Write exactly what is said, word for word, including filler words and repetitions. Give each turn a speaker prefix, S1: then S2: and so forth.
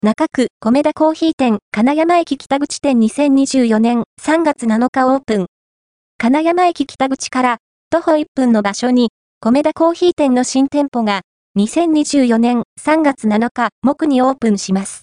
S1: 中区、米田コーヒー店、金山駅北口店にせんにじゅうよねんさんがつなのかオープン。金山駅北口から徒歩いっぷんの場所に、米田コーヒー店の新店舗が、にせんにじゅうよねんさんがつなのか木にオープンします。